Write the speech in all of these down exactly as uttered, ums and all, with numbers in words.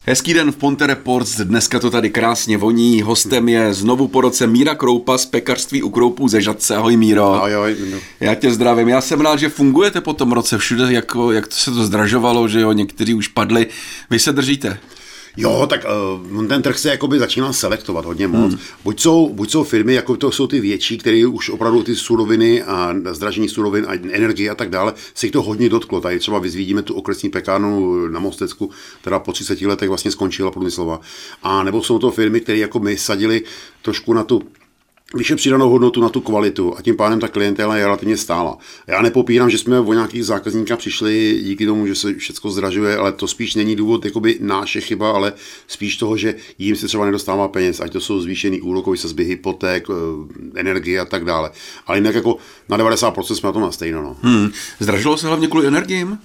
Hezký den v Ponte Reports, dneska to tady krásně voní, hostem je znovu po roce Míra Kroupa z pekařství u Kroupů ze Žatce. Ahoj Míro. Ahoj, ahoj. Já tě zdravím, já jsem rád, že fungujete po tom roce všude, jako, jak to se to zdražovalo, že jo, někteří už padli, vy se držíte. Jo, tak uh, ten trh se jakoby začíná selektovat hodně moc. Hmm. Buď, jsou, buď jsou firmy, jako to jsou ty větší, které už opravdu ty suroviny a zdražení surovin a energie a tak dále, se jich to hodně dotklo. Tady třeba vyzvídíme tu okresní pekárnu na Mostecku, která po třiceti letech vlastně skončila průmyslová. A nebo jsou to firmy, které jako my sadili trošku na tu vyšší přidanou hodnotu na tu kvalitu a tím pádem ta klientela je relativně stála. Já nepopírám, že jsme o nějakých zákazníků přišli díky tomu, že se všechno zdražuje, ale to spíš není důvod jakoby naše chyba, ale spíš toho, že jim se třeba nedostává peněz, ať to jsou zvýšený úrokové sazby, hypoték, energie a tak dále. Ale jinak jako na devadesát procent jsme na tom na stejno. No. Hmm. Zdražilo se hlavně kvůli energiím?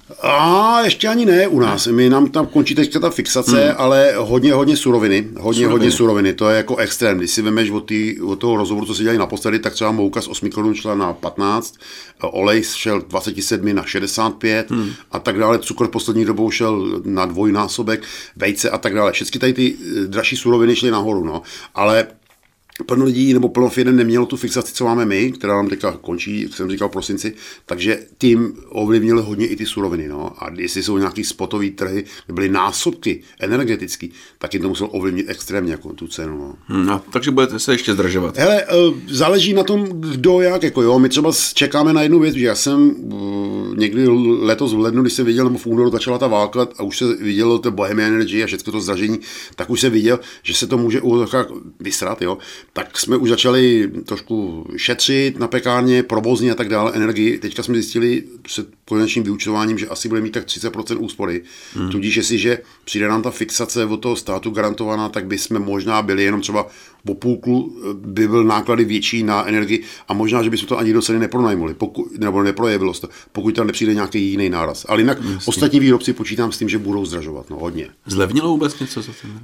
A ještě ani ne u nás. My nám tam končí teďka ta fixace, hmm. ale hodně, hodně suroviny. Hodně, suroviny. hodně suroviny. To je jako extrém. Když si vemeš od, tý, od toho rozhovoru, co si dělali naposledy, tak třeba mouka z osmi korun šla na patnáct, olej šel dvacet sedm na šedesát pět hmm. a tak dále. Cukr poslední dobou šel na dvojnásobek, vejce a tak dále. Všechny tady ty dražší suroviny šly nahoru, no. Ale plno lidí nebo plno firm nemělo tu fixaci, co máme my, která nám teďka končí, jak jsem říkal, v prosinci, takže tím ovlivnily hodně i ty suroviny. No. A jestli jsou nějaký spotový trhy, kde byly násobky energetický, tak jim to muselo ovlivnit extrémně jako tu cenu. No. Hmm, no, takže budete se ještě zdržovat. Hele, záleží na tom, kdo jak. Jako jo. My třeba čekáme na jednu věc, že já jsem někdy letos v lednu, když jsem viděl, nebo v únoru začala ta válka a už se vidělo to Bohemian Energy a všechno to zdražení, tak už se viděl, že se to může vysrat, jo. Tak jsme už začali trošku šetřit na pekárně, provozně a tak dále, energii. Teďka jsme zjistili před konečným vyučováním, že asi bude mít tak třicet procent úspory. Hmm. Tudíž, jestliže přijde nám ta fixace od toho státu garantovaná, tak by jsme možná byli jenom třeba po půlku, by byl náklady větší na energii a možná, že bychom to ani do ceny nepronajmuli, pokud, nebo neprojevilo se to, pokud tam nepřijde nějaký jiný náraz. Ale jinak Jasně. ostatní výrobci počítám s tím, že budou zdražovat, no hodně. Zlevnilo vůbec něco za ten?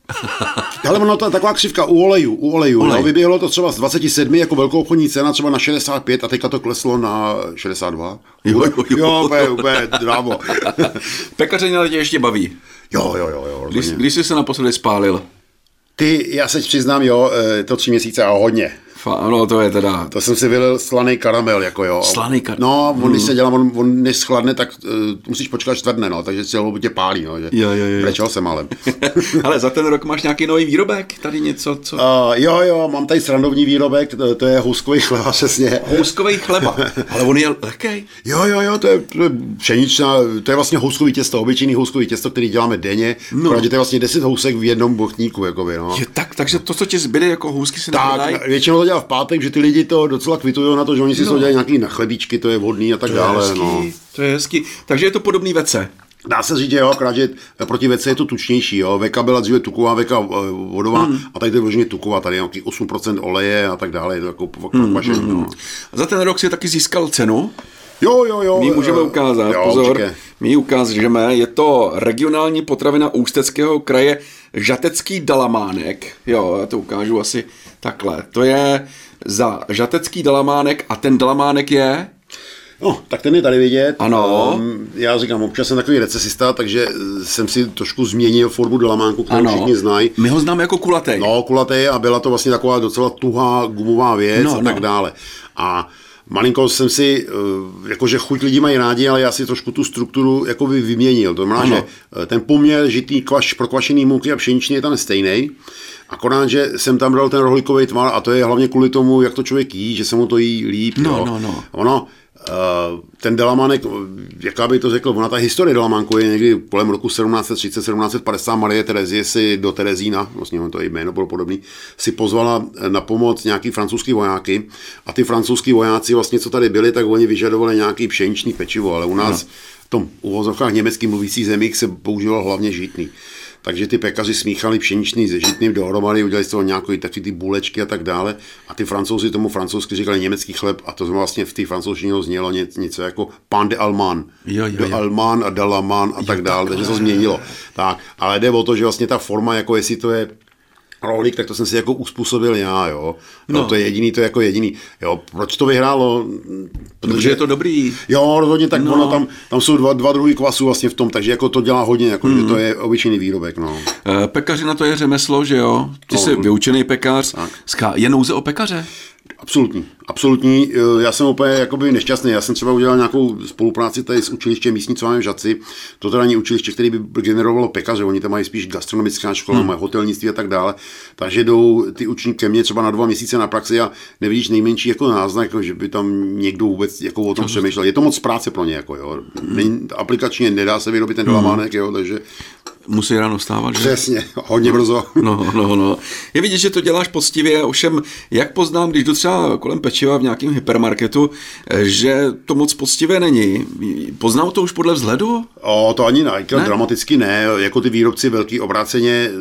Ale ono to je taková křivka u olejů, u olejů, Olej. no, vyběhlo to třeba z dvacet sedm jako velkou obchodní cena třeba na šedesát pět a teďka to kleslo na šedesát dva. Jo, jo, jo. jo úplně, úplně drávo. Pekaření na tě ještě baví. Jo, jo, jo. jo když, když jsi se naposledy spálil? Ty, já se přiznám, jo, to tři měsíce a hodně. Ano, to je teda... To jsem si vylil slaný karamel, jako jo. Slaný karamel. No, on hmm. když se dělá, on, on než schladne, tak uh, musíš počkat čtvrdne, no, takže celou tě pálí, no. Že jo, jo, jo. Brečel jsem ale. Ale za ten rok máš nějaký nový výrobek? Tady něco, co... Uh, jo, jo, mám tady srandovní výrobek, to, to je houskový chleba, přesně. Houskový chleba, ale on je lehkej. Jo, jo, jo, to je, to je pšeničná, to je vlastně houskový těsto, obyčejný houskový těsto, který děláme denně, no. Protože to je vlastně deset housek v jednom bochníku, jakoby, no. Je, tak, takže to, co ti zbyde jako housky, se neprodají? Tak, většinou to dělá v pátek, že ty lidi to docela kvitují na to, že oni si no. dělají nějaký na chlebíčky, to je vhodný a tak to dále. Je hezký, no. To je hezký, takže je to podobný vece. Dá se říct, že jo, akorát, že proti vece je to tučnější, jo. Veka byla dříve tuková, veka vodová hmm. a tady to je vloženě tuková, tady je nějaký osm procent oleje a tak dále, je to jako kvašení, hmm. no. Za ten rok si taky získal cenu? Jo, jo, jo. My ji můžeme ukázat, jo, pozor, určitě. my ji ukážeme, je to regionální potravina Ústeckého kraje Žatecký dalamánek, jo, já to ukážu asi takhle, to je za Žatecký dalamánek a ten dalamánek je... No, tak ten je tady vidět. Ano. Um, já říkám, občas jsem takový recesista, takže jsem si trošku změnil formu dalamánku, kterou ano. všichni znají. My ho známe jako kulatej. No, kulatej a byla to vlastně taková docela tuhá gumová věc no, a tak no. dále. A malinko jsem si, jakože chuť lidi mají rádi, ale já si trošku tu strukturu jakoby vyměnil. To znamená, že ten poměr žitý kvaš, prokvašený mouky a pšeničný je tam stejný. Akorát, že jsem tam dal ten rohlíkový tvar a to je hlavně kvůli tomu, jak to člověk jí, že se mu to jí líp. No, jo. no, no. Ono, Uh, ten dalamánek, jaká by to řekl, ona ta historie dalamánku je někdy kolem roku sedmnáct set třicet sedmnáct set padesát. Marie Terezie si do Terezína, vlastně to je jméno bylo podobný, si pozvala na pomoc nějaký francouzský vojáky a ty francouzský vojáci vlastně, co tady byli, tak oni vyžadovali nějaký pšeničný pečivo, ale u nás no. v tom uvozovkách německý mluvící zemích se používal hlavně žitný. Takže ty pekaři smíchali pšeničný se žitným dohromady, udělali z toho nějaké taky ty bulečky a tak dále. A ty Francouzi tomu francouzsky říkali německý chleb a to vlastně v té francouzštině znělo něco jako pain de Allemand. Jo, jo, jo. De Allemand a Dalaman a jo, tak dále, takže se to změnilo. Tak, ale jde o to, že vlastně ta forma, jako jestli to je rohlík, tak to jsem si jako uspůsobil já, jo. No. No. To je jediný, to je jako jediný. Jo, proč to vyhrálo? Protože je to dobrý. Jo, rozhodně tak, No. ono tam, tam jsou dva, dva druhy kvasu vlastně v tom, takže jako to dělá hodně, jako, Mm. že to je obyčejný výrobek, no. E, pekařina to je řemeslo, že jo? Ty No. jsi vyučený pekař. Ská, je nouze o pekaře? Absolutní, absolutní. Já jsem úplně jakoby nešťastný. Já jsem třeba udělal nějakou spolupráci tady s učilištěm místní, co máme v Žadci. To teda není učiliště, který by generovalo pekaře, oni tam mají spíš gastronomická škola, hmm. mají hotelnictví a tak dále. Takže jdou ty učení ke mně třeba na dva měsíce na praxi a nevidíš nejmenší jako náznak, jako, že by tam někdo vůbec jako o tom přemýšlel. Je to moc práce pro ně, jako, jo. Není, aplikačně nedá se vyrobit ten dalamánek, jo, takže Musí ráno vstávat, že? přesně, hodně brzo. No, no, no. Je vidět, že to děláš poctivě, ovšem, jak poznám, když jdu třeba kolem pečiva v nějakém hypermarketu, že to moc poctivé není. Poznám to už podle vzhledu? O, to ani ne, ne? Dramaticky ne, jako ty výrobci velký obráceně,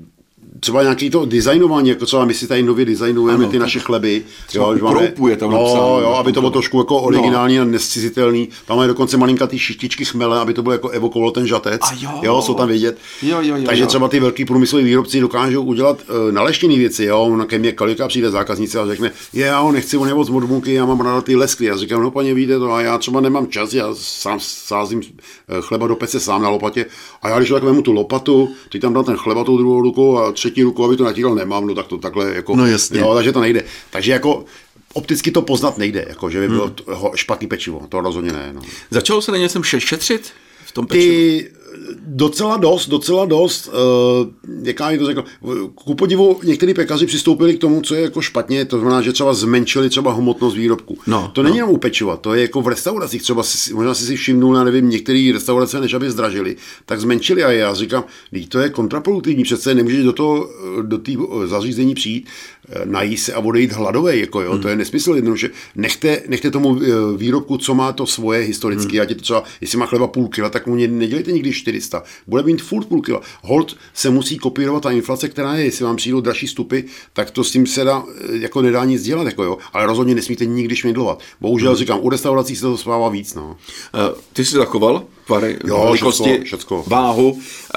třeba nějaký to designování, jako třeba my si tady nově designujeme ano, ty naše chleby. Jo, že máme, je tam no, napsáno, jo, aby to bylo trošku jako originální no. a nescizitelný. Tam mají dokonce malinkatý šištičky chmele, aby to bylo jako evokovalo ten žatec. Jo. jo, jsou tam vidět. Jo, jo, jo, Takže jo. třeba ty velký průmysloví výrobci dokážou udělat uh, naleštěný věci. Jo, na ke mně kolikrát přijde zákaznice a řekne, je, já ho nechci, on je moc modbunky, já mám rád ty leskry. Já říkám, no paní, víte to, a já třeba nemám čas, já sám sázím chleba do pece sám na lopatě. A já když tak vemu tu lopatu, ty tam dám ten chleba tou druhou rukou a třetí rukou, aby to natíral, nemám, no tak to takhle jako, no jasně. Jo, takže to nejde. Takže jako opticky to poznat nejde, jako že by bylo hmm. špatný pečivo, to rozhodně ne. No. Začalo se na něčem šetřit v tom pečivu? Ty docela dost, docela dost, uh, jaká je to řekl, ku podivu některý pekaři přistoupili k tomu, co je jako špatně, to znamená, že třeba zmenšili třeba hmotnost výrobku. No, to no. není jenom u pečiva, to je jako v restauracích, třeba si, možná si si všimnul, já nevím, některé restaurace, než aby zdražili, tak zmenšili a já říkám, to je kontraproduktivní, přece nemůžeš do toho, do té zařízení přijít, najíst se a odejít hladovej, jako jo, hmm. to je nesmysl, jednoduše, nechte, nechte tomu výrobku, co má to svoje historicky, hmm. ať je to třeba, jestli má chleba půl kila, tak mu nedělejte nikdy čtyři sta, bude mít furt půl kila. Hold se musí kopírovat ta inflace, která je, jestli vám přijdou dražší stupy, tak to s tím se dá, jako nedá nic dělat, jako jo, ale rozhodně nesmíte nikdy šmědlovat. Bohužel hmm. říkám, u restaurací se to spává víc, no. Uh, ty jsi zachoval tvary, jo, velikosti, všecko, všecko. váhu uh,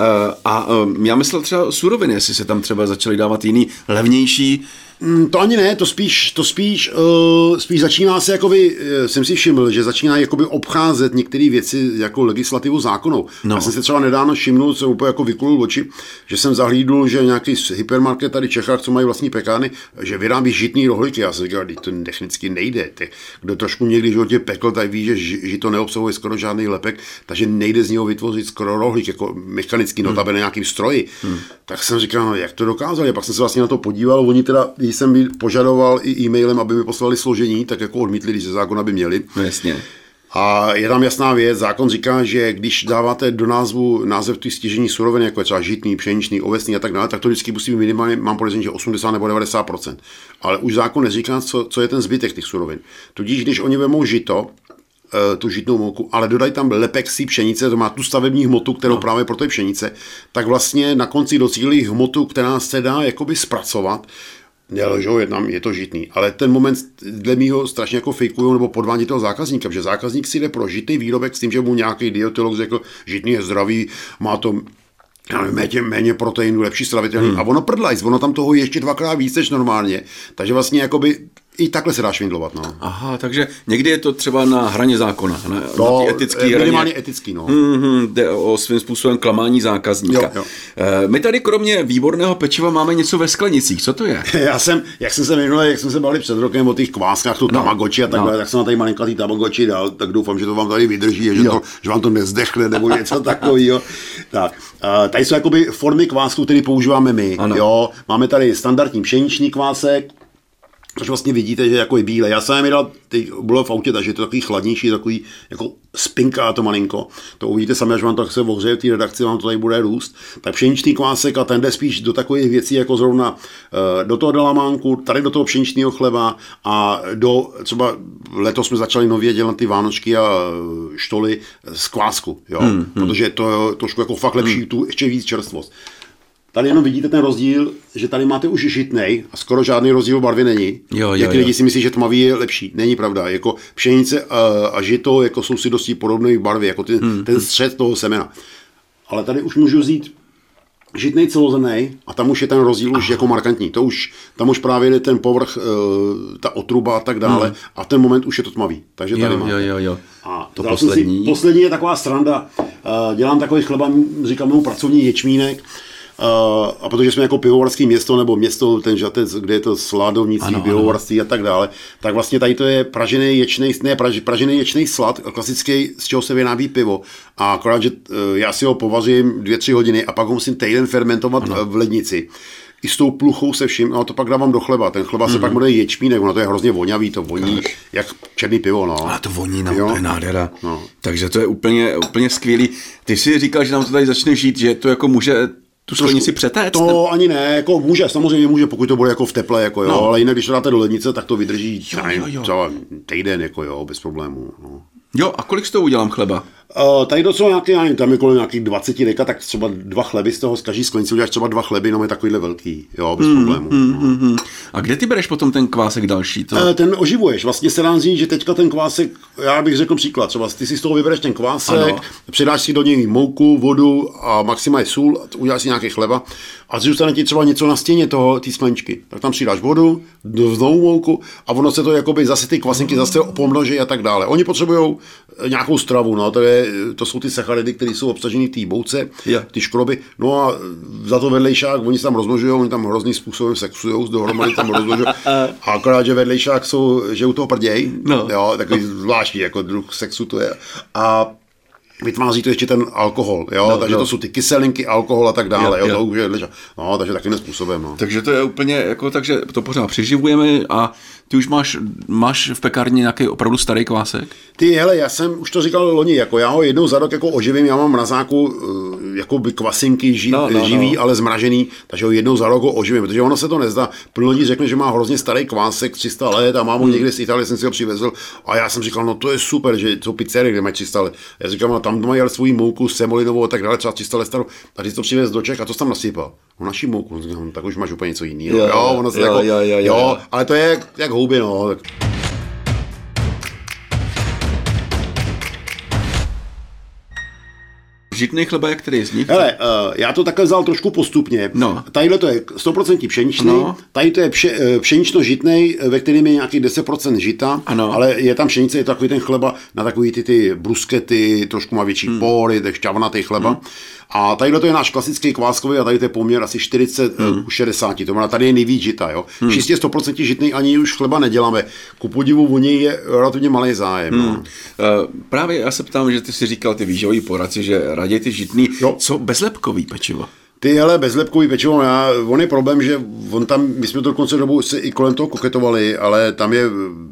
a uh, já myslel třeba suroviny, jestli se tam třeba začaly dávat jiný, levnější. Mm, to ani ne, to spíš, to spíš, uh, spíš začíná se, jakoby, uh, jsem si všiml, že začíná jakoby obcházet některé věci jako legislativu zákonou. No. Já jsem se třeba nedávno všimnul, jsem úplně jako vykulil oči, že jsem zahlídl, že nějaký hypermarket tady v Čechách, co mají vlastní pekárny, že vyrábí žitný rohlíky. Já jsem říkal, to technicky nejde. Ty, kdo trošku někdy v životě pekl, tak ví, že žito neobsahuje skoro žádný lepek, takže nejde z něho vytvořit skoro rohlík, jako mechanicky, hmm. notabene nějakým stroji. Hmm. Tak jsem říkal, no, jak to dokázali. A pak jsem se vlastně na to podíval, oni teda, když jsem požadoval i e-mailem, aby mi poslali složení, tak jako odmítli, když ze zákona by měli. No jasně. A je tam jasná věc, zákon říká, že když dáváte do názvu název ty stěžení suroviny, jako je třeba žitný, pšeničný, ovesný a tak dále, tak to vždycky musí být minimálně, mám podezření, že osmdesát nebo devadesát procent. Ale už zákon neříká, co, co je ten zbytek těch surovin. Tudíž, když oni vemou žito, tu žitnou mouku, ale dodají tam lepek z pšenice, to má tu stavební hmotu, kterou no. právě pro té pšenice, tak vlastně na konci docílí hmotu, která se dá jakoby zpracovat. Nelžou, je, tam, je to žitný. Ale ten moment dle mýho strašně jako fejkují nebo podvádí toho zákazníka, že zákazník si jde pro žitný výrobek s tím, že mu nějaký dietolog řekl, žitný je zdravý, má to já nevím, méně, méně proteinu, lepší stravitelný. Hmm. A ono prdlajs, ono tam toho je ještě dvakrát víc než normálně. Takže vlastně jakoby i takhle se dá švindlovat, no. Aha, takže někdy je to třeba na hraně zákona, na, no, na etický minimálně hraně. etický, no. Mm-hmm, jde o svým způsobem klamání zákazníka. Jo, jo. My tady kromě výborného pečiva máme něco ve sklenicích, co to je? Já jsem, jak jsem se minule, jak jsme se bavili před rokem o těch kváskách, tu no, tamagotchi a takhle, no. tak jsem na tady malinkatý tamagotchi dal, tak doufám, že to vám tady vydrží, že, to, že vám to nezdechne nebo něco takového. Tak, tady jsou jakoby formy kvásku, které používáme my. Jo, máme tady standardní pšeničný kvásek, což vlastně vidíte, že jako je bílé. Já jsem mi dal, teď bylo v autě, takže je to takový chladnější, takový jako spinká to malinko. To uvidíte sami, až vám to se ohřeje v té redakci, vám to tady bude růst. Tak pšeničný kvásek a ten jde spíš do takových věcí, jako zrovna do toho dalamánku, tady do toho pšeničného chleba a do, třeba letos jsme začali nově dělat ty vánočky a štoly z kvásku, jo? Hmm, hmm. Protože to je trošku jako fakt lepší, hmm. tu ještě víc čerstvost. Tady jenom vidíte ten rozdíl, že tady máte už žitnej a skoro žádný rozdíl v barvě není. Jo, jo, Jak lidi si myslí, že tmavý je lepší. Není pravda. Jako pšenice a, a žito jako jsou si dosti podobné v barvě, jako ten, hmm. ten střed toho semena. Ale tady už můžu vzít žitnej celozrnnej a tam už je ten rozdíl už jako markantní. To už, tam už právě jde ten povrch, ta otruba a tak dále hmm. a v ten moment už je to tmavý. Takže tady jo, máte. Jo, jo, jo. A to poslední. Si, poslední je taková sranda. Dělám takový chleba, říkám mu pracovní ječmínek. Uh, a protože jsme jako pivovarský město, nebo město ten Žatec, kde je to sládovnictví, pivovarství a tak dále, tak vlastně tady to je pražený ječnej, ne, praž, pražený ječnej slad, klasický, z čeho se vyrábí pivo. A akorát, že uh, já si ho povařím dvě, tři hodiny a pak ho musím týden fermentovat ano. v lednici. I s tou pluchou se vším, no a to pak dávám do chleba. Ten chleba mm-hmm. se pak jmenuje ječmínek, ono to je hrozně vonavý, to voní Kaž. jak černý pivo, no. A to voní, no, to je nádhera. No. Takže to je úplně, úplně skvělý. Ty jsi říkal, že nám to tady začne žít, že to jako může tu sklenici přetéct? To ne? Ani ne, jako může, samozřejmě může, pokud to bude jako v teple, jako jo, no. ale jinak, když to dáte do lednice, tak to vydrží jo, jo, jo. třeba týden, jako jo, bez problémů. No. Jo, a kolik z toho udělám chleba? Uh, tady docela nějaký, já nevím, tam je kolem nějakých dvacet deka, tak třeba dva chleby z toho, z každý sklenici uděláš třeba dva chleby, no je takovýhle velký, jo, bez mm, problémů. Mm, no. mm, mm. A kde ty bereš potom ten kvásek další? To? Uh, ten oživuješ, vlastně se dá říct, že teďka ten kvásek, já bych řekl příklad, třeba ty si z toho vybereš ten kvásek, ano. přidáš si do něj mouku, vodu a maximálně sůl, uděláš si nějaký chleba a zůstane ti třeba něco na stěně toho, té skleničky, tak tam přidáš vodu, znovu mouku a ono se to jakoby zase ty kvasinky zase pomnoží a tak dále. Oni potřebují nějakou stravu, no, to, je, to jsou ty sacharidy, které jsou obsaženy v té bouce, yeah. ty škroby, no a za to vedlejšák, oni se tam rozmnožují, oni tam hrozným způsobem sexujou, dohromady tam rozmnožují, a akorát, že vedlejšák jsou, že u toho prděj, no. jo, takový zvláštní jako druh sexu to je, a vytváří to ještě ten alkohol, jo, no, takže no. to jsou ty kyselinky, alkohol a tak dále, jo, jo. To už je, no, takže takovým způsobem, no. Takže to je úplně jako, takže to pořád přeživujeme a ty už máš, máš v pekárně nějaký opravdu starý kvásek? Ty, hele, já jsem už to říkal loni, jako já ho jednou za rok jako oživím, já mám v mrazáku jako by kvasinky ži, no, no, živý, no. ale zmražený, takže ho jednou za rok ho oživím, protože ono se to nezdá. Plno lidí řekne, že má hrozně starý kvásek, tři sta let a mám ho hmm. někde z Itálie, jsem si ho přivezl a já jsem říkal, no to je super, že jsou pizzerie, kde mají tři sta let. Já říkám, no tam mají ale svou mouku, semolinovou a tak dále, třeba tři sta let starou, a ty to přivez do Čech a to tam nasypal. No naší mouku, tak už máš úplně něco jiného. Jo, jo, ono se jo, jako, jo, jo, jo, jo, ale to je jak, jak houby, no. Žitný chleba, jak který z nich? Hele, uh, já to takhle vzal trošku postupně. No. Tadyhle to je sto procent pšeničný, no. Tady to je pše, pšenično-žitnej, ve kterém je nějakých deset procent žita, ano. ale je tam pšenice, je to takový ten chleba na takový ty, ty bruskety, trošku má větší hmm. pory, tak šťavnatý chleba. Hmm. A tadyhle to je náš klasický kváskový a tady to je poměr asi čtyřicet ku šedesáti. To znamená, tady je nejvíc žita, jo. Hmm. Čistě sto procent žitný ani už chleba neděláme. Ku podivu u něj je relativně malý zájem. Hmm. No. Uh, právě já se ptám, že ty si říkal ty výživový poradci, že raději ty žitný, jo. Co bezlepkový pečivo? Ty, hele, bezlepkový pečivo, já, on je problém, že on tam, my jsme to dokonce dobu se i kolem toho koketovali, ale tam je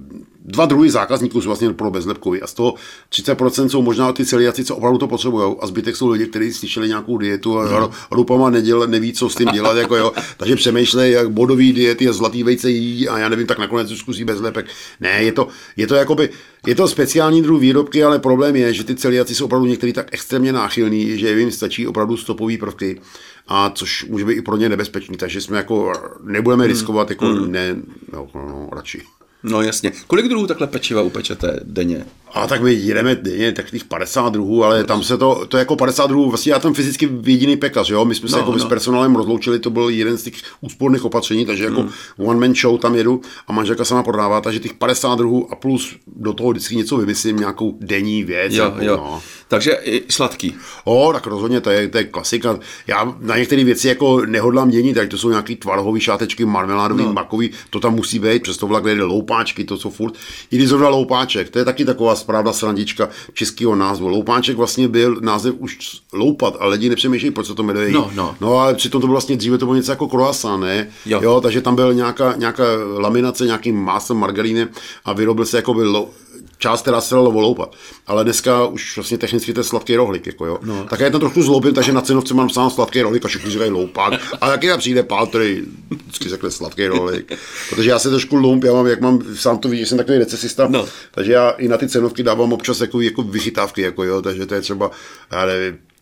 dva druhy zákazníků jsou vlastně pro bezlepkový a z toho třicet procent jsou možná ty celiaci, co opravdu to potřebují a zbytek jsou lidi, kteří slyšeli nějakou dietu a no. rupama neděl, neví, co s tím dělat, jako jo. Takže přemýšlej, jak bodový diety a zlatý vejce jí a já nevím, tak nakonec zkusí bezlepek. Ne, je to, je to jakoby, je to speciální druh výrobky, ale problém je, že ty celiaci jsou opravdu některý tak extrémně náchylný, že jim stačí opravdu stopový prvky. A což může být i pro ně nebezpečný, takže jsme jako nebudeme riskovat, jako hmm. ne, no, no, radši. No jasně. Kolik druhů takhle pečiva upečete denně? A tak my jdeme denně takových padesát druhů, ale tam se to, to je jako padesát druhů, vlastně já tam fyzicky jediný pekař, jo, my jsme se no, jako no. s personálem rozloučili, to byl jeden z těch úsporných opatření, takže jako hmm. one man show tam jedu a manželka sama prodává, takže těch padesát druhů a plus do toho vždycky něco vymyslím, nějakou denní věc. Jo, jako, jo. No. Takže i sladký. O, tak rozhodně, to je, to je klasika. Já na některé věci jako nehodlám měnit, tak to jsou nějaký tvarohový šátečky, marmeládový, no. makový, to tam musí být, přes to vlak jde loupáčky, to jsou furt. I když zrovna loupáček, to je taky taková správná srandička českého názvu. Loupáček vlastně byl název už loupat, ale lidi nepřemýšlejí, proč se to jmenuje. No, no. no ale přitom to bylo vlastně dříve to bylo něco jako croissant, ne? Jo. jo takže tam byl nějaká, nějaká laminace, nějakým máslem, margarínem a vyrobil se jako byl část, která se dalo loupat. Ale dneska už vlastně technicky to je sladký rohlík, jako jo. No. Tak já to trošku zloupím, takže na cenovce mám sám sladký rohlík a všichni říkají loupák. A jaký tam přijde pán, který vždycky řekne sladký rohlík. Protože já se trošku loump, já mám, jak mám, sám to víš, že jsem takový recesista, no. takže já i na ty cenovky dávám občas jako, jako vychytávky, jako jo, takže to je třeba, já nevím,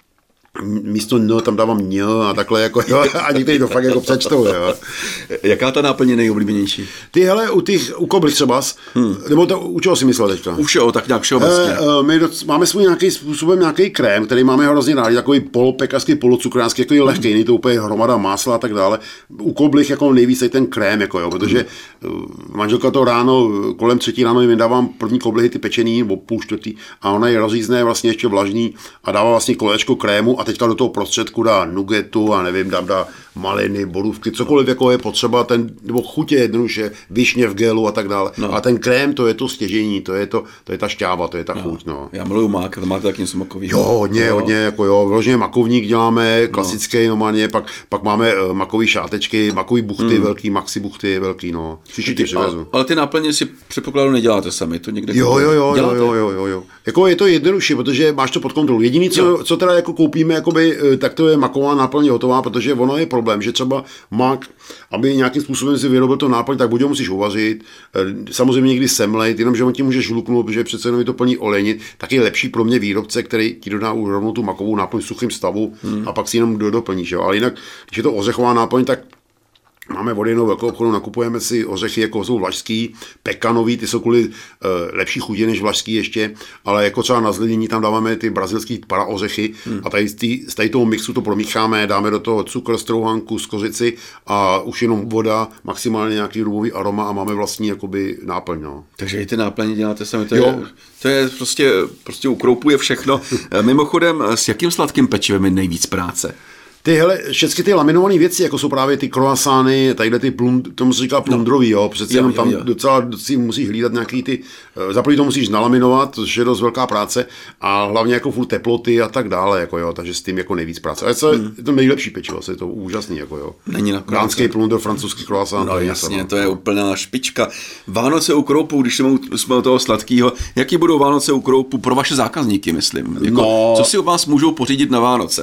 místo n tam dávám ň a takhle jako, jo, a někteří to fakt jako přečtou, jo. Jaká ta náplň je nejoblíbenější? Ty, hele, u těch, u kobry třeba, hmm. nebo to, u čeho si myslel teďka? U všeho, tak nějak všeobecně. E, my doc, máme svůj nějaký způsobem nějaký krém, který máme hrozně rádi, takový polopekařský, polocukrářský, takový lehký, hmm. není to úplně hromada másla a tak dále. U koblih jako nejvíc ten krém, jako jo, protože hmm. manželka to ráno, kolem třetí ráno jim dávám první koblihy, ty pečený, nebo půl čtvrtý, a ona je rozjízne vlastně ještě vlažný a dává vlastně kolečko krému a teďka do toho prostředku dá nugetu a nevím, dám dá maliny, borůvky, cokoliv jako je potřeba, ten, nebo chutě jednoduše, višně v gelu a tak dále. No. A ten krém, to je to stěžení, to je, to, to je ta šťáva, to je ta no. chuť. No. Já miluju mák, to máte taky něco makovýho. Jo, hodně, jo. hodně, jako jo, vložně makovník děláme, klasický no. normálně, pak, pak máme uh, makový šátečky, makový buchty, mm. velký, maxi buchty, velký, no. Ty, ty, ale, ale ty náplně si předpokladu neděláte sami, to někde jo, jo, jo, jo, jo, jo, jo, jo. Jako je to jednodušší, protože máš to pod kontrolou. Jediný, co, co teda jako koupíme, jakoby, tak to je maková náplň hotová, protože ono je problém, že třeba mak, aby nějakým způsobem si vyrobil to náplň, tak buď ho musíš uvařit, samozřejmě někdy semlejt, jenomže on ti může žluknout, protože přece jenom je to plný olejnit, tak je lepší pro mě výrobce, který ti dodá už rovnou tu makovou náplň v suchém stavu hmm. a pak si jenom doplníš. Jo? Ale jinak, když je to ořechová náplň, tak máme od jednoho velkého obchodu, nakupujeme si ořechy, jako jsou vlašský, pekanový, ty jsou kvůli uh, lepší chutě než vlašský ještě, ale jako třeba na zlidnění tam dáváme ty brazilský paraořechy hmm. a tady z, tý, z tady toho mixu to promícháme, dáme do toho cukr, strouhanku, kořici a už jenom voda, maximálně nějaký růbový aroma a máme vlastní jakoby náplň. No. Takže i ty náplně děláte sami, to je, to je prostě, prostě ukroupuje všechno. Mimochodem, s jakým sladkým pečivem je nejvíc práce? Ty, hele, všechny ty laminované věci, jako jsou právě ty croissány, tadyhle ty plund, tomu se říká plundrový, jo, přece jenom tam jo. docela si musíš hlídat nějaký ty, za první to musíš nalaminovat, což je dost velká práce, a hlavně jako furt teploty a tak dále, jako jo, takže s tím jako nejvíc práce. Ale co hmm. je to nejlepší pečivo, je to úžasný, jako jo. Není na dánský plundr, francouzský croissant. No jasně, něco, to je úplná špička. Vánoce u kroupu, když jsme u toho sladkého, jaký budou Vánoce u kroupu pro vaše zákazníky, myslím? Jako, no. Co si u vás můžou pořídit na Vánoce?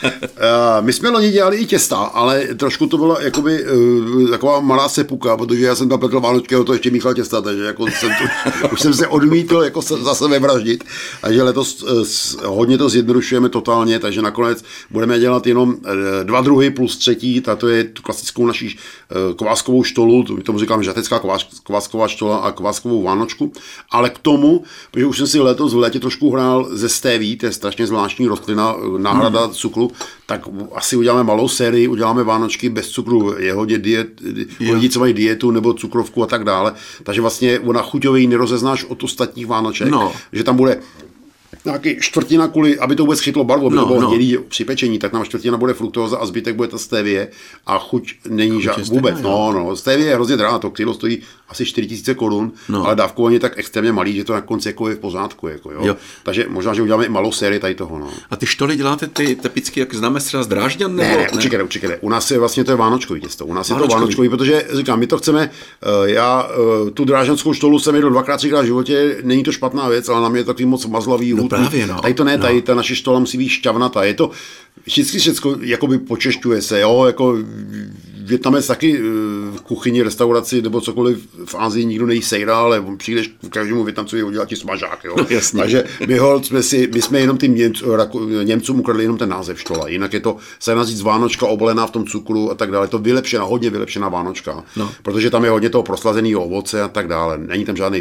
My jsme loni dělali i těsta, ale trošku to byla jakoby uh, taková malá sepuka, protože já jsem tam pekl vánočky a to ještě míchal těsta, takže jako jsem to, už jsem se odmítl jako se, zase nevraždit. Takže letos uh, hodně to zjednodušujeme totálně, takže nakonec budeme dělat jenom uh, dva druhy plus třetí, tato je tu klasickou naší uh, kváskovou štolu, to, tomu říkám žatecká kvás, kvásková štola a kváskovou vánočku, ale k tomu, protože už jsem si letos v létě trošku hrál ze stéví, to je strašně zvláštní rostlina, náhrada hmm. cukru, tak asi uděláme malou sérii, uděláme vánočky bez cukru, je hodně diet, lidi, co mají dietu nebo cukrovku a tak dále, takže vlastně ona chuťově nerozeznáš od ostatních vánoček, no. že tam bude nějaký čtvrtina kvůli, aby to vůbec chytlo barvu, aby no, to bylo no. hnědý při pečení, tak tam čtvrtina bude fruktóza a zbytek bude ta stevie a chuť není žádná vůbec. No, no, stevie je hrozně drahá, to kilo stojí asi čtyři tisíce korun, no. ale dávkování je tak extrémně malý, že to na konci jako je v pořádku. Jako, jo. Jo. Takže možná, že uděláme i malou sérii tady toho. No. A ty štoly děláte ty typicky, jak známe třeba z Drážďan? Ne, ne, určitě, určitě ne. U nás je vlastně to je vánočkový těsto. U nás vánočkový. je to vánočkový, protože říkám, my to chceme, já tu drážďanskou štolu jsem jedl dvakrát, třikrát v životě, není to špatná věc, ale nám je takový moc mazlavý. No právě, no. Tady to ne, tady no. ta naše štola musí být šťavnatá. Je to vždycky všechno jakoby počešťuje se, jo, jako Vietnamec taky v kuchyni, restauraci nebo cokoliv v Asii nikdo nejí sejra, ale přijdeš k každému Vietnamcovi udělat ti smažák, jo. No, jasně. Takže my, hold, jsme si, my jsme jenom tím Němc, Němcům ukradli jenom ten název štola. Jinak je to, se nazít Vánočka obalená v tom cukru a tak dále. Je to vylepšená, hodně vylepšená Vánočka, no. protože tam je hodně toho proslazeného ovoce a tak dále. Není tam žádný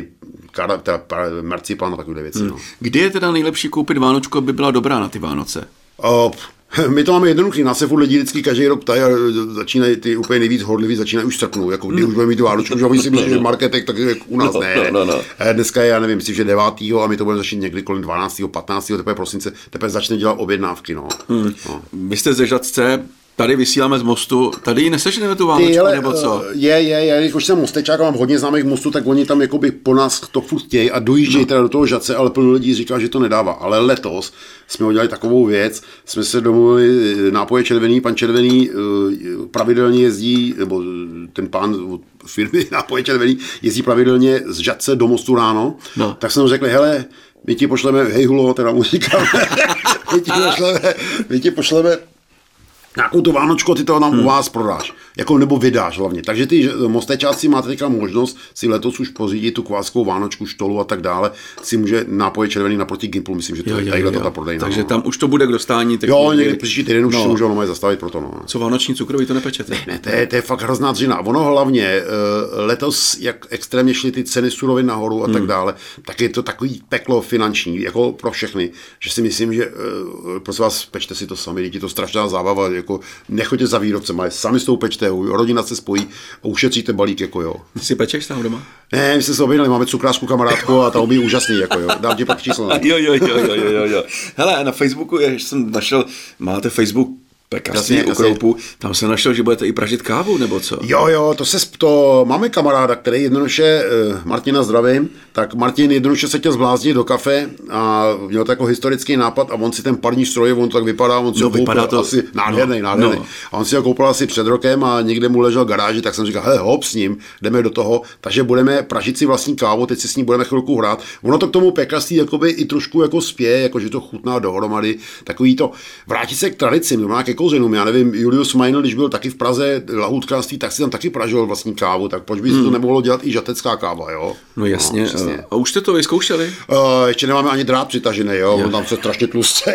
marcipán a takové věci. Hmm. No. Kdy je teda nejlepší koupit Vánočku, aby byla dobrá na ty Vánoce? Uh, My to máme jednoduchý, nás se furt lidi vždycky každý rok ptají a začínají ty úplně nejvíc hodliví, začínají už srpnout, jako kdy už budeme mít tu vánočku, že oni si myslí, že marketek, tak u nás no, ne. No, no, no. Dneska je, já nevím, myslím, že devátého a my to budeme začít někdy kolem dvanáctého, patnáctého teprve prosince, teprve začne dělat objednávky. No. Hmm. No. Vy jste ze Žatce, tady vysíláme z mostu, tady ji neseženeme tu vánočku, Ty, nebo co? Je, je, je, když už jsem mostečák a mám hodně známých mostů, tak oni tam jakoby po nás to furt chtějí a dojíždějí no. teda do toho Žatce, ale plno lidí říká, že to nedává. Ale letos jsme udělali takovou věc, jsme se domluvili, nápoje Červený, pan Červený pravidelně jezdí, nebo ten pán od firmy nápoje Červený jezdí pravidelně z Žatce do Mostu ráno, no. tak jsme mu řekli, hele, my ti pošleme, hej hulo, teda mu říkáme, my ti pošleme, my ti pošleme nějakou tu vánočku, ty to nám hmm. u vás prodáš, jako nebo vydáš hlavně. Takže ty Mostečáci máte teďka možnost si letos už pořídit tu kváskovou vánočku, štolu a tak dále, si může nápoje červený naproti Gimplu, myslím, že to jo, je tadyhle ta prodejna. Takže no. tam už to bude k dostání. Jo, někdy příští týden už no. se můžou normálně zastavit pro to. No. Co vánoční cukroví, to nepečete? Ne, ne, to je, to je fakt hrozná dřina. Ono hlavně letos, jak extrémně šly ty ceny surovin nahoru a tak hmm. dále, tak je to takový peklo finanční, jako pro všechny, že si myslím, že prosím vás, pečte si to sami, je to strašná zábava, jako nechoďte za výrobcem, ale sami s tou pečte, rodina se spojí a ušetříte balík, jako jo. Ty si pečeš tam doma? Ne, my jsme se objednali, máme cukrářku kamarádku a ta obí úžasný, jako jo. Dám ti pak číslo. jo, jo, jo, jo, jo, jo. Hele, na Facebooku je, jsem našel, máte Facebook pekařství u Kroupu, tam jsem našel, že budete i pražit kávu, nebo co? Jo, jo, to se, to máme kamaráda, který jednoduše, Martina zdravím, tak Martin jednoduše se chtěl zbláznit do kafe a měl to jako historický nápad a on si ten parní stroj, on to tak vypadá, on si no, ho koupil to... asi, nádherný, no, nádherný. No. A on si ho koupil asi před rokem a někde mu ležel v garáži, tak jsem říkal, hele, hop s ním, jdeme do toho, takže budeme pražit si vlastní kávu, teď si s ní budeme chvilku hrát. Ono to k tomu pekařství jakoby i trošku jako spěje, jako že to chutná dohromady, takový to, vrátit se k tradici, má ke kořenům, já nevím, Julius Meinl, když byl taky v Praze lahůdkářství, tak si tam taky pražil vlastní kávu, tak proč by se to nemohlo dělat i žatecká káva, jo? No jasně. No, a už jste to vyzkoušeli? Uh, ještě nemáme ani drát přitažený, jo, on tam se strašně tlustý.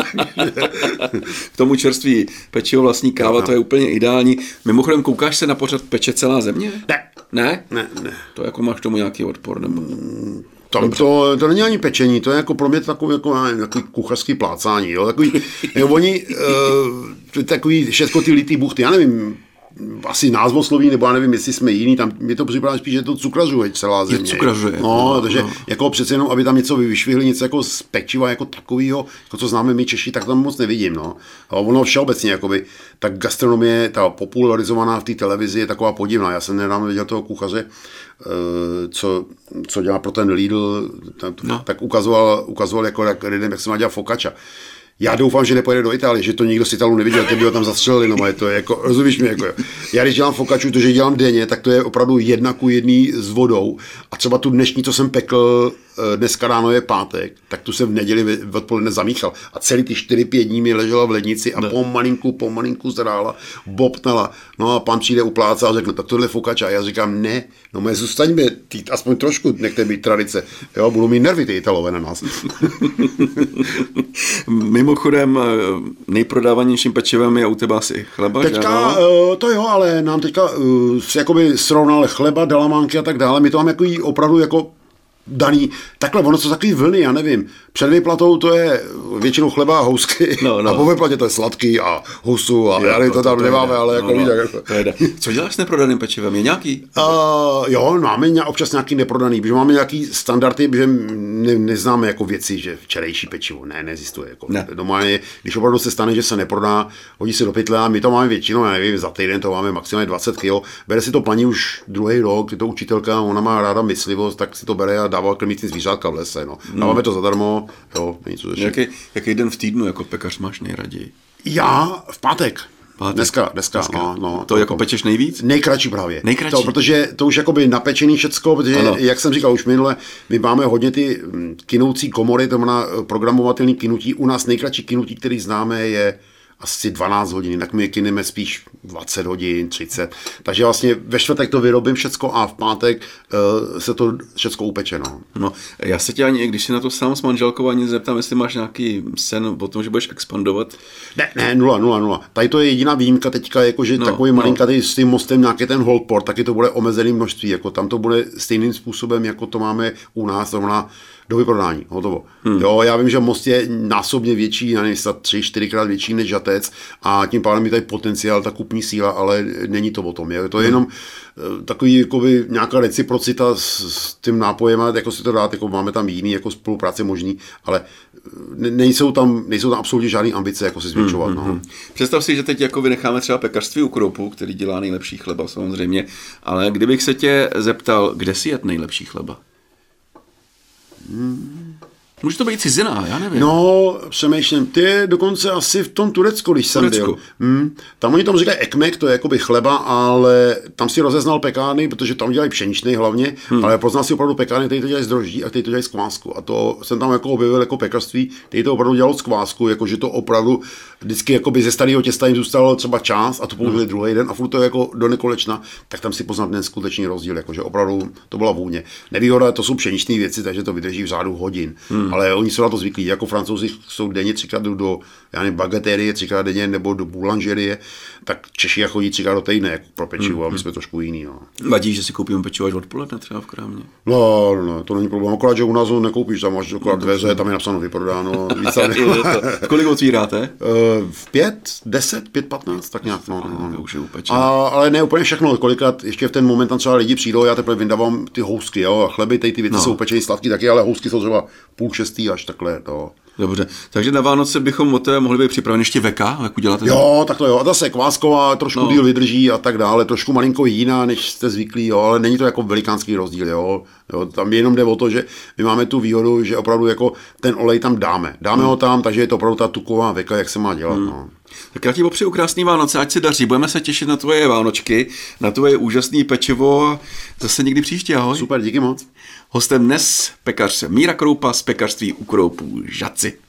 K tomu čerství pečivo vlastní káva, no. To je úplně ideální. Mimochodem, koukáš se na pořad Peče celá země? Ne. Ne? Ne, ne. To jako máš k tomu nějaký odpor, nebo... Tam to, to není ani pečení, to je jako pro mě takový, jako, nevím, takový kuchařský plácání, jo, takový, jo, oni, uh, takový všechno ty litý buchty, já nevím, asi názvosloví, nebo já nevím, jestli jsme jiný, tam mě to připadá spíš, že to cukrařuje celá země. Cukrařuje. No, no, takže no. Jako přece jenom, aby tam něco vyšvihli, něco jako z pečiva, jako takovýho, jako co známe my Češi, tak tam moc nevidím, no. A ono všeobecně, jakoby, ta gastronomie, ta popularizovaná v té televizi je taková podivná. Já jsem nedávno viděl toho kuchaře, co, co dělá pro ten Lidl, tak, no. tak ukazoval, ukazoval jako jak lidem, jak se má dělat focaccia. Já doufám, že nepojede do Itálie, že to nikdo z Italů neviděl, ty by ho tam zastřelili, no je to jako, rozumíš mi, jako jo. Já když dělám focacciu, to, že dělám denně, tak to je opravdu jedna ku jedný s vodou a třeba tu dnešní, co jsem pekl, dneska ráno je pátek, tak tu jsem v neděli odpoledne zamíchal a celý ty čtyři pět dní mi ležela v lednici a ne. pomalinku, pomalinku zrála, bobtnala, no a pan přijde upláca a řekne, tak tohle je focaccia a já říkám, ne, no my zůstaňme, tý, aspoň trošku, nechte být tradice, jo, budou mít nervy ty Italové na nás. Mimochodem, nejprodávanějším pečivem je u tebe asi chleba, teďka, uh, to jo, ale nám teďka uh, jakoby srovnal chleba, dalamánky a tak dále, my to máme jako opravdu jako daný, takhle, ono jsou takový vlny, já nevím, před výplatou to je většinou chleba a housky no, no. a po výplatě to je sladký a husu a já nevím, to tam to nemáme, ale jako no, víš, no, jako. To jde. Co děláš s neprodaným pečivem, je nějaký? Uh, jo, máme občas nějaký neprodaný, protože máme nějaký standardy, že ne, neznáme jako věci, že včerejší pečivo, ne, neexistuje. Jako. Ne. Doma je, když opravdu se stane, že se neprodá, hodí se do pytle a my to máme většinou, já nevím, za týden to máme maximálně dvacet kilo, bere si to paní už druhý rok, je to učitelka, ona má ráda myslivost, tak si to bere a dává krmící zvířátka v lese, no. Dáváme to zadarmo, jo, není co řešit. Jaký, jaký den v týdnu jako pekař máš nejraději? Já v pátek. Pátek. Dneska, dneska, dneska. No, no, to, to jako pečeš nejvíc? Nejkratší právě. Nejkratší. To, protože to už jakoby napečený všecko, protože ano. Jak jsem říkal už minule, my máme hodně ty kinoucí komory, to znamená programovatelný kinutí. U nás nejkratší kinutí, který známe, je asi dvanáct hodin, jinak my kineme spíš dvacet hodin, třicet. Takže vlastně ve čtvrtek to vyrobím všecko a v pátek uh, se to všecko upeče. No. no, já se tě ani, když si na to sám s manželkou ani zeptám, jestli máš nějaký sen o tom, že budeš expandovat. Ne, ne, nula, nula, nula. Tady to je jediná výjimka teďka, jakože no, takový no. malinkatý s tím mostem nějaký ten holdport, taky to bude omezený množství, jako tam to bude stejným způsobem, jako to máme u nás, to znamená do vyprodání, hotovo. Hmm. Jo, já vím, že Most je násobně větší, já nevím, tři, čtyřikrát větší než Žatec a tím pádem je tady potenciál, ta kupní síla, ale není to o tom. Je to je jenom hmm. takový jakoby, nějaká reciprocita s, s tím nápojem, jako si to dát, jako máme tam jiný jako spolupráce možný, ale ne, nejsou, tam, nejsou tam absolutně žádné ambice, jako se zvětšovat. Hmm, no. hmm. Představ si, že teď jako vynecháme třeba pekařství u Kroupu, který dělá nejlepší chleba samozřejmě, ale kdybych se tě zeptal, kde si jet nejlepší chleba? Hmm. Může to být cizina, já nevím. No, přemýšlím, ty dokonce asi v tom Turecku, když jsem Turecku. byl. Hmm. Tam oni tomu říkají ekmek, to je jakoby chleba, ale tam si rozeznal pekárny, protože tam dělají pšeničný hlavně, hmm. ale poznal si opravdu pekárny, který to dělají z droždí a který to dělají z kvásku. A to jsem tam jako objevil jako pekařství, který to opravdu dělalo z kvásku, jakože to opravdu vždycky jakoby ze starého těsta jim zůstalo třeba část a to použili hmm. druhý den a furt to jako do nekolečna, tak tam si poznat ten skutečný rozdíl, jakože opravdu to byla vůně. Nevýhoda, to jsou pšeničné věci, takže to vydrží v řádu hodin. Hmm. Ale oni jsou na to zvyklí, jako Francouzi jsou denně třikrát do, já nevím, bagetérie, třikrát denně nebo do boulangerie, tak Češi chodí třikrát do týdne jako pro pečivo, hmm. a my jsme trošku jiný. No. Vadí, že si koupíme pečivo až odpoledne třeba v krámě? No, no, to není problém, akorát, že u nás ho nekoupíš, tam máš akorát dveře, tam je napsáno vyprodáno. V kolik otvíráte? V pět, deset, pět, patnáct, tak nějak. No, no, no. Už je a, ale ne úplně všechno, kolikrát ještě v ten moment tam třeba lidi přijdou, já teprve vyndávám ty housky, jo, a chleby, ty, ty věci no. jsou upečený sladký taky, ale housky jsou třeba půl šestý až takhle, no. Dobře, takže na Vánoce bychom od té mohli být připraveni ještě veka, jak uděláte? Jo, tak to jo, a zase kvásková, trošku no. díl vydrží a tak dále, trošku malinko jiná, než jste zvyklí, jo, ale není to jako velikánský rozdíl, jo. jo. Tam jenom jde o to, že my máme tu výhodu, že opravdu jako ten olej tam dáme. Dáme hmm. ho tam, takže je to opravdu ta tuková veka, jak se má dělat, hmm. no. Tak já ti popřeju krásný Vánoce, ať se daří, budeme se těšit na tvoje Vánočky, na tvoje úžasné pečivo a zase někdy příště, ahoj. Super, díky moc. Hostem dnes pekař Míra Kroupa z pekařství u Kroupů Žatci.